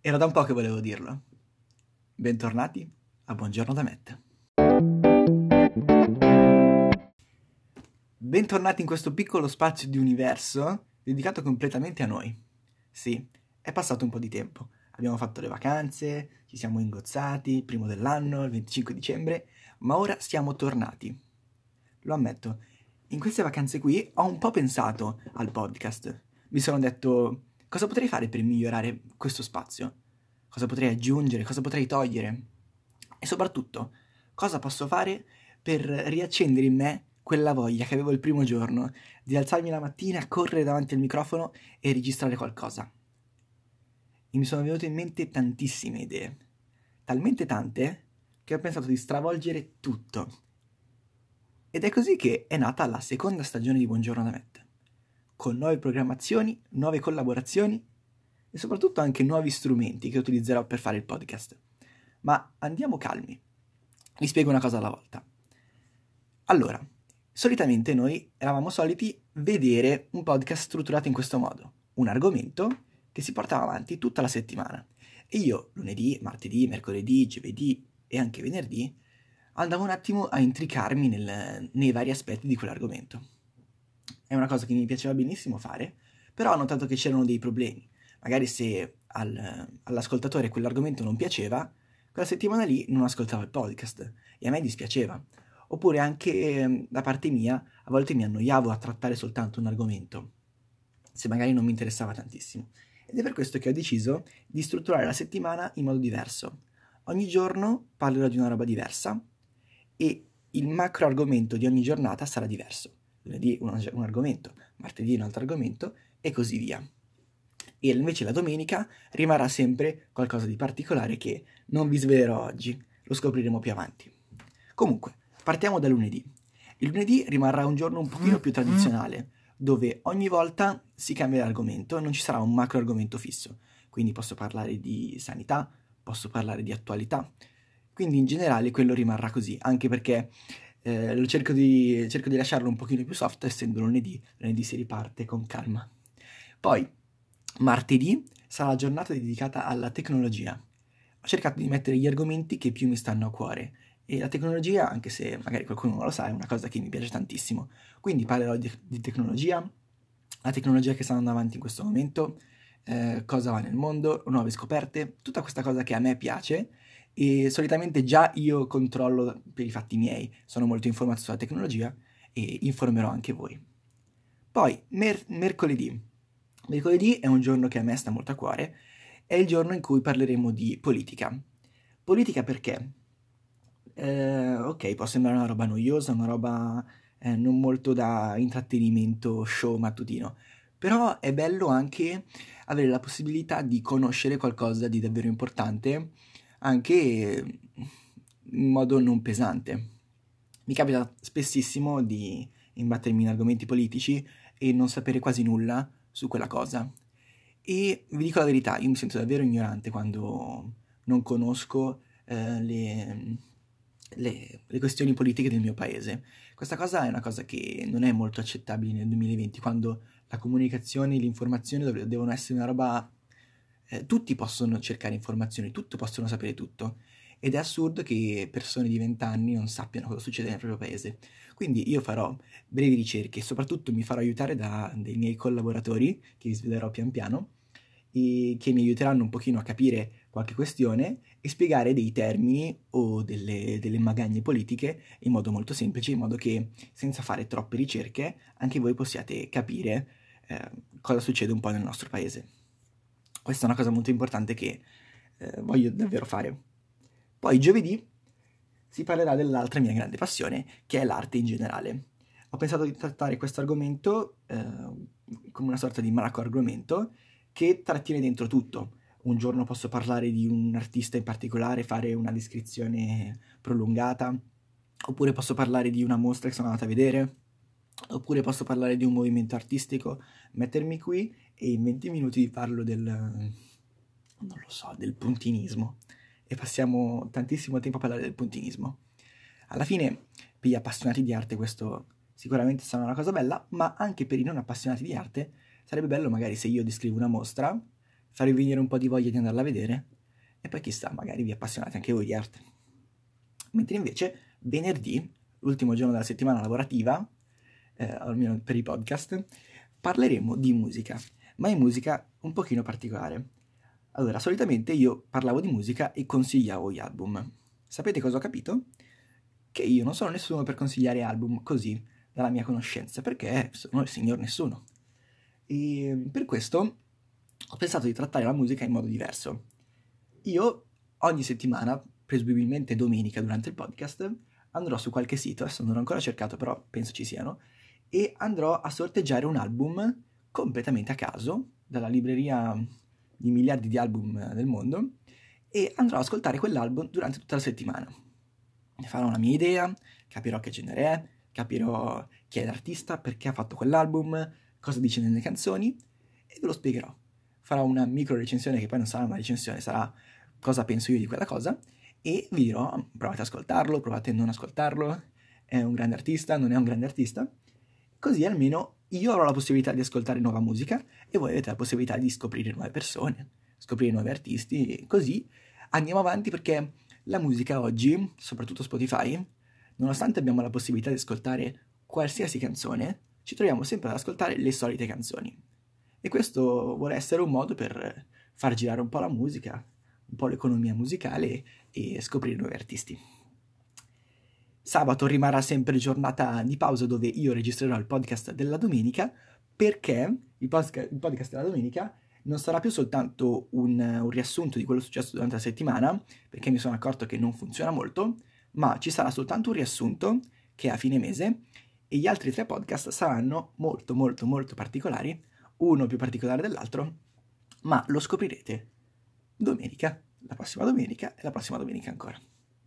Era da un po' che volevo dirlo. Bentornati a Buongiorno da Matt. Bentornati in questo piccolo spazio di universo dedicato completamente a noi. Sì, è passato un po' di tempo. Abbiamo fatto le vacanze, ci siamo ingozzati, il primo dell'anno, il 25 dicembre, ma ora siamo tornati. Lo ammetto, in queste vacanze qui ho un po' pensato al podcast. Mi sono detto, cosa potrei fare per migliorare questo spazio? Cosa potrei aggiungere? Cosa potrei togliere? E soprattutto, cosa posso fare per riaccendere in me quella voglia che avevo il primo giorno di alzarmi la mattina, correre davanti al microfono e registrare qualcosa? E mi sono venute in mente tantissime idee, talmente tante che ho pensato di stravolgere tutto. Ed è così che è nata la seconda stagione di Buongiorno da Matt, con nuove programmazioni, nuove collaborazioni e soprattutto anche nuovi strumenti che utilizzerò per fare il podcast. Ma andiamo calmi, vi spiego una cosa alla volta. Allora, solitamente noi eravamo soliti vedere un podcast strutturato in questo modo, un argomento che si portava avanti tutta la settimana. E io lunedì, martedì, mercoledì, giovedì e anche venerdì andavo un attimo a intricarmi nei vari aspetti di quell'argomento. È una cosa che mi piaceva benissimo fare, però ho notato che c'erano dei problemi. Magari se all'ascoltatore quell'argomento non piaceva, quella settimana lì non ascoltava il podcast e a me dispiaceva. Oppure anche da parte mia, a volte mi annoiavo a trattare soltanto un argomento, se magari non mi interessava tantissimo. Ed è per questo che ho deciso di strutturare la settimana in modo diverso. Ogni giorno parlerò di una roba diversa e il macro argomento di ogni giornata sarà diverso. Lunedì un argomento, martedì un altro argomento e così via. E invece la domenica rimarrà sempre qualcosa di particolare che non vi svelerò oggi, lo scopriremo più avanti. Comunque, partiamo da lunedì. Il lunedì rimarrà un giorno un pochino più tradizionale, dove ogni volta si cambia l'argomento, non ci sarà un macro argomento fisso. Quindi posso parlare di sanità, posso parlare di attualità. Quindi in generale quello rimarrà così, anche perché cerco di lasciarlo un pochino più soft, essendo lunedì si riparte con calma. Poi, martedì sarà la giornata dedicata alla tecnologia. Ho cercato di mettere gli argomenti che più mi stanno a cuore e la tecnologia, anche se magari qualcuno non lo sa, è una cosa che mi piace tantissimo. Quindi parlerò di tecnologia, la tecnologia che sta andando avanti in questo momento, cosa va nel mondo, nuove scoperte, tutta questa cosa che a me piace e solitamente già io controllo per i fatti miei, sono molto informato sulla tecnologia e informerò anche voi. Poi, mercoledì. Mercoledì è un giorno che a me sta molto a cuore, è il giorno in cui parleremo di politica. Politica perché? Ok, può sembrare una roba noiosa, una roba non molto da intrattenimento show mattutino, però è bello anche avere la possibilità di conoscere qualcosa di davvero importante, anche in modo non pesante. Mi capita spessissimo di imbattermi in argomenti politici e non sapere quasi nulla su quella cosa. E vi dico la verità, io mi sento davvero ignorante quando non conosco le questioni politiche del mio paese. Questa cosa è una cosa che non è molto accettabile nel 2020, quando la comunicazione e l'informazione devono essere una roba... tutti possono cercare informazioni, tutti possono sapere tutto. Ed è assurdo che persone di 20 anni non sappiano cosa succede nel proprio paese. Quindi io farò brevi ricerche e soprattutto mi farò aiutare da dei miei collaboratori, che vi svelerò pian piano, e che mi aiuteranno un pochino a capire qualche questione e spiegare dei termini o delle magagne politiche in modo molto semplice, in modo che senza fare troppe ricerche anche voi possiate capire cosa succede un po' nel nostro paese. Questa è una cosa molto importante che voglio davvero fare. Poi giovedì si parlerà dell'altra mia grande passione, che è l'arte in generale. Ho pensato di trattare questo argomento come una sorta di macro argomento che trattiene dentro tutto. Un giorno posso parlare di un artista in particolare, fare una descrizione prolungata, oppure posso parlare di una mostra che sono andata a vedere, oppure posso parlare di un movimento artistico, mettermi qui e in 20 minuti vi parlo non lo so, del puntinismo. E passiamo tantissimo tempo a parlare del puntinismo. Alla fine, per gli appassionati di arte questo sicuramente sarà una cosa bella, ma anche per i non appassionati di arte sarebbe bello magari se io descrivo una mostra, farvi venire un po' di voglia di andarla a vedere e poi chissà, magari vi appassionate anche voi di arte. Mentre invece venerdì, l'ultimo giorno della settimana lavorativa, almeno per i podcast, parleremo di musica, ma di musica un pochino particolare. Allora, solitamente io parlavo di musica e consigliavo gli album. Sapete cosa ho capito? Che io non sono nessuno per consigliare album così, dalla mia conoscenza, perché sono il signor nessuno. E per questo ho pensato di trattare la musica in modo diverso. Io ogni settimana, presumibilmente domenica durante il podcast, andrò su qualche sito, adesso non l'ho ancora cercato però penso ci siano, e andrò a sorteggiare un album completamente a caso, dalla libreria di miliardi di album del mondo, e andrò ad ascoltare quell'album durante tutta la settimana. Ne farò una mia idea, capirò che genere è, capirò chi è l'artista, perché ha fatto quell'album, cosa dice nelle canzoni, e ve lo spiegherò. Farò una micro recensione che poi non sarà una recensione, sarà cosa penso io di quella cosa, e vi dirò, provate ad ascoltarlo, provate a non ascoltarlo, è un grande artista, non è un grande artista, così almeno io avrò la possibilità di ascoltare nuova musica e voi avete la possibilità di scoprire nuove persone, scoprire nuovi artisti, e così andiamo avanti perché la musica oggi, soprattutto Spotify, nonostante abbiamo la possibilità di ascoltare qualsiasi canzone, ci troviamo sempre ad ascoltare le solite canzoni. E questo vuole essere un modo per far girare un po' la musica, un po' l'economia musicale e scoprire nuovi artisti. Sabato rimarrà sempre giornata di pausa dove io registrerò il podcast della domenica perché il podcast della domenica non sarà più soltanto un riassunto di quello successo durante la settimana, perché mi sono accorto che non funziona molto, ma ci sarà soltanto un riassunto che è a fine mese e gli altri 3 podcast saranno molto molto molto particolari, uno più particolare dell'altro, ma lo scoprirete domenica, la prossima domenica e la prossima domenica ancora.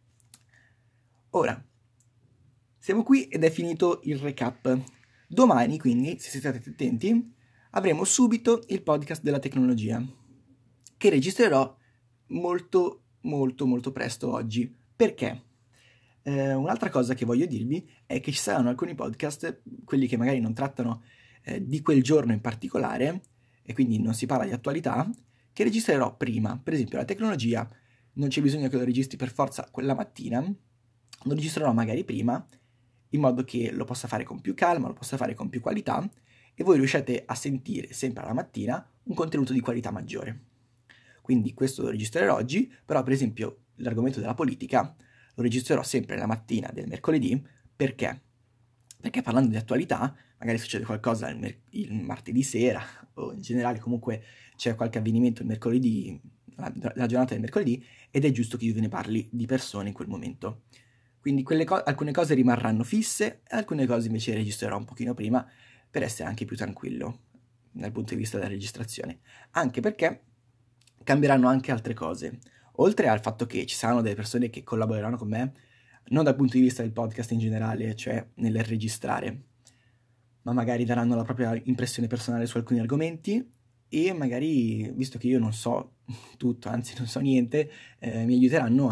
Ora, siamo qui ed è finito il recap. Domani, quindi, se siete attenti, avremo subito il podcast della tecnologia, che registrerò molto, molto, molto presto oggi. Perché? Un'altra cosa che voglio dirvi è che ci saranno alcuni podcast, quelli che magari non trattano di quel giorno in particolare, e quindi non si parla di attualità, che registrerò prima. Per esempio, la tecnologia non c'è bisogno che lo registri per forza quella mattina, lo registrerò magari prima, in modo che lo possa fare con più calma, lo possa fare con più qualità, e voi riusciate a sentire sempre alla mattina un contenuto di qualità maggiore. Quindi questo lo registrerò oggi, però per esempio l'argomento della politica lo registrerò sempre la mattina del mercoledì, perché? Perché parlando di attualità, magari succede qualcosa il martedì sera, o in generale comunque c'è qualche avvenimento il mercoledì, la giornata del mercoledì, ed è giusto che io ve ne parli di persone in quel momento. Quindi alcune cose rimarranno fisse e alcune cose invece registrerò un pochino prima per essere anche più tranquillo dal punto di vista della registrazione. Anche perché cambieranno anche altre cose. Oltre al fatto che ci saranno delle persone che collaboreranno con me, non dal punto di vista del podcast in generale, cioè nel registrare, ma magari daranno la propria impressione personale su alcuni argomenti e magari, visto che io non so tutto, anzi non so niente, mi aiuteranno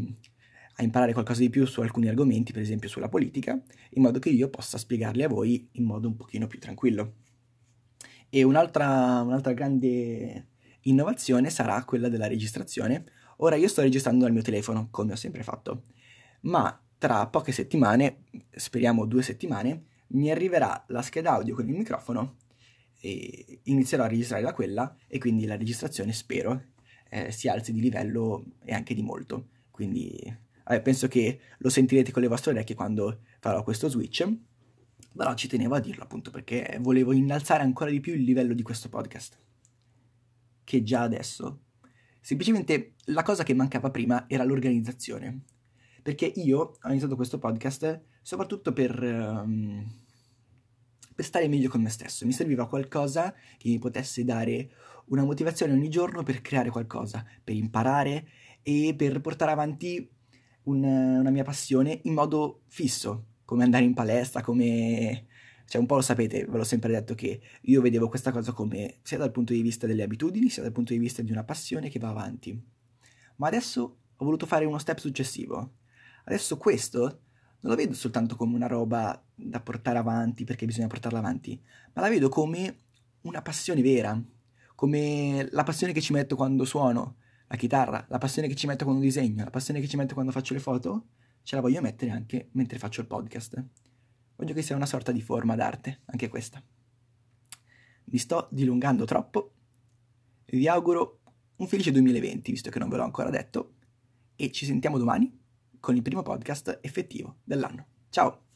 a imparare qualcosa di più su alcuni argomenti, per esempio sulla politica, in modo che io possa spiegarli a voi in modo un pochino più tranquillo. E un'altra grande innovazione sarà quella della registrazione. Ora io sto registrando dal mio telefono, come ho sempre fatto, ma tra poche settimane, speriamo 2 settimane, mi arriverà la scheda audio con il microfono e inizierò a registrare da quella e quindi la registrazione spero si alzi di livello e anche di molto. Quindi penso che lo sentirete con le vostre orecchie quando farò questo switch, però ci tenevo a dirlo appunto perché volevo innalzare ancora di più il livello di questo podcast, che già adesso. Semplicemente la cosa che mancava prima era l'organizzazione, perché io ho iniziato questo podcast soprattutto per stare meglio con me stesso. Mi serviva qualcosa che mi potesse dare una motivazione ogni giorno per creare qualcosa, per imparare e per portare avanti una mia passione in modo fisso, come andare in palestra, come... Cioè un po' lo sapete, ve l'ho sempre detto che io vedevo questa cosa come sia dal punto di vista delle abitudini, sia dal punto di vista di una passione che va avanti. Ma adesso ho voluto fare uno step successivo. Adesso questo non lo vedo soltanto come una roba da portare avanti perché bisogna portarla avanti, ma la vedo come una passione vera, come la passione che ci metto quando suono la chitarra, la passione che ci metto quando disegno, la passione che ci metto quando faccio le foto, ce la voglio mettere anche mentre faccio il podcast. Voglio che sia una sorta di forma d'arte, anche questa. Mi sto dilungando troppo e vi auguro un felice 2020, visto che non ve l'ho ancora detto, e ci sentiamo domani con il primo podcast effettivo dell'anno. Ciao!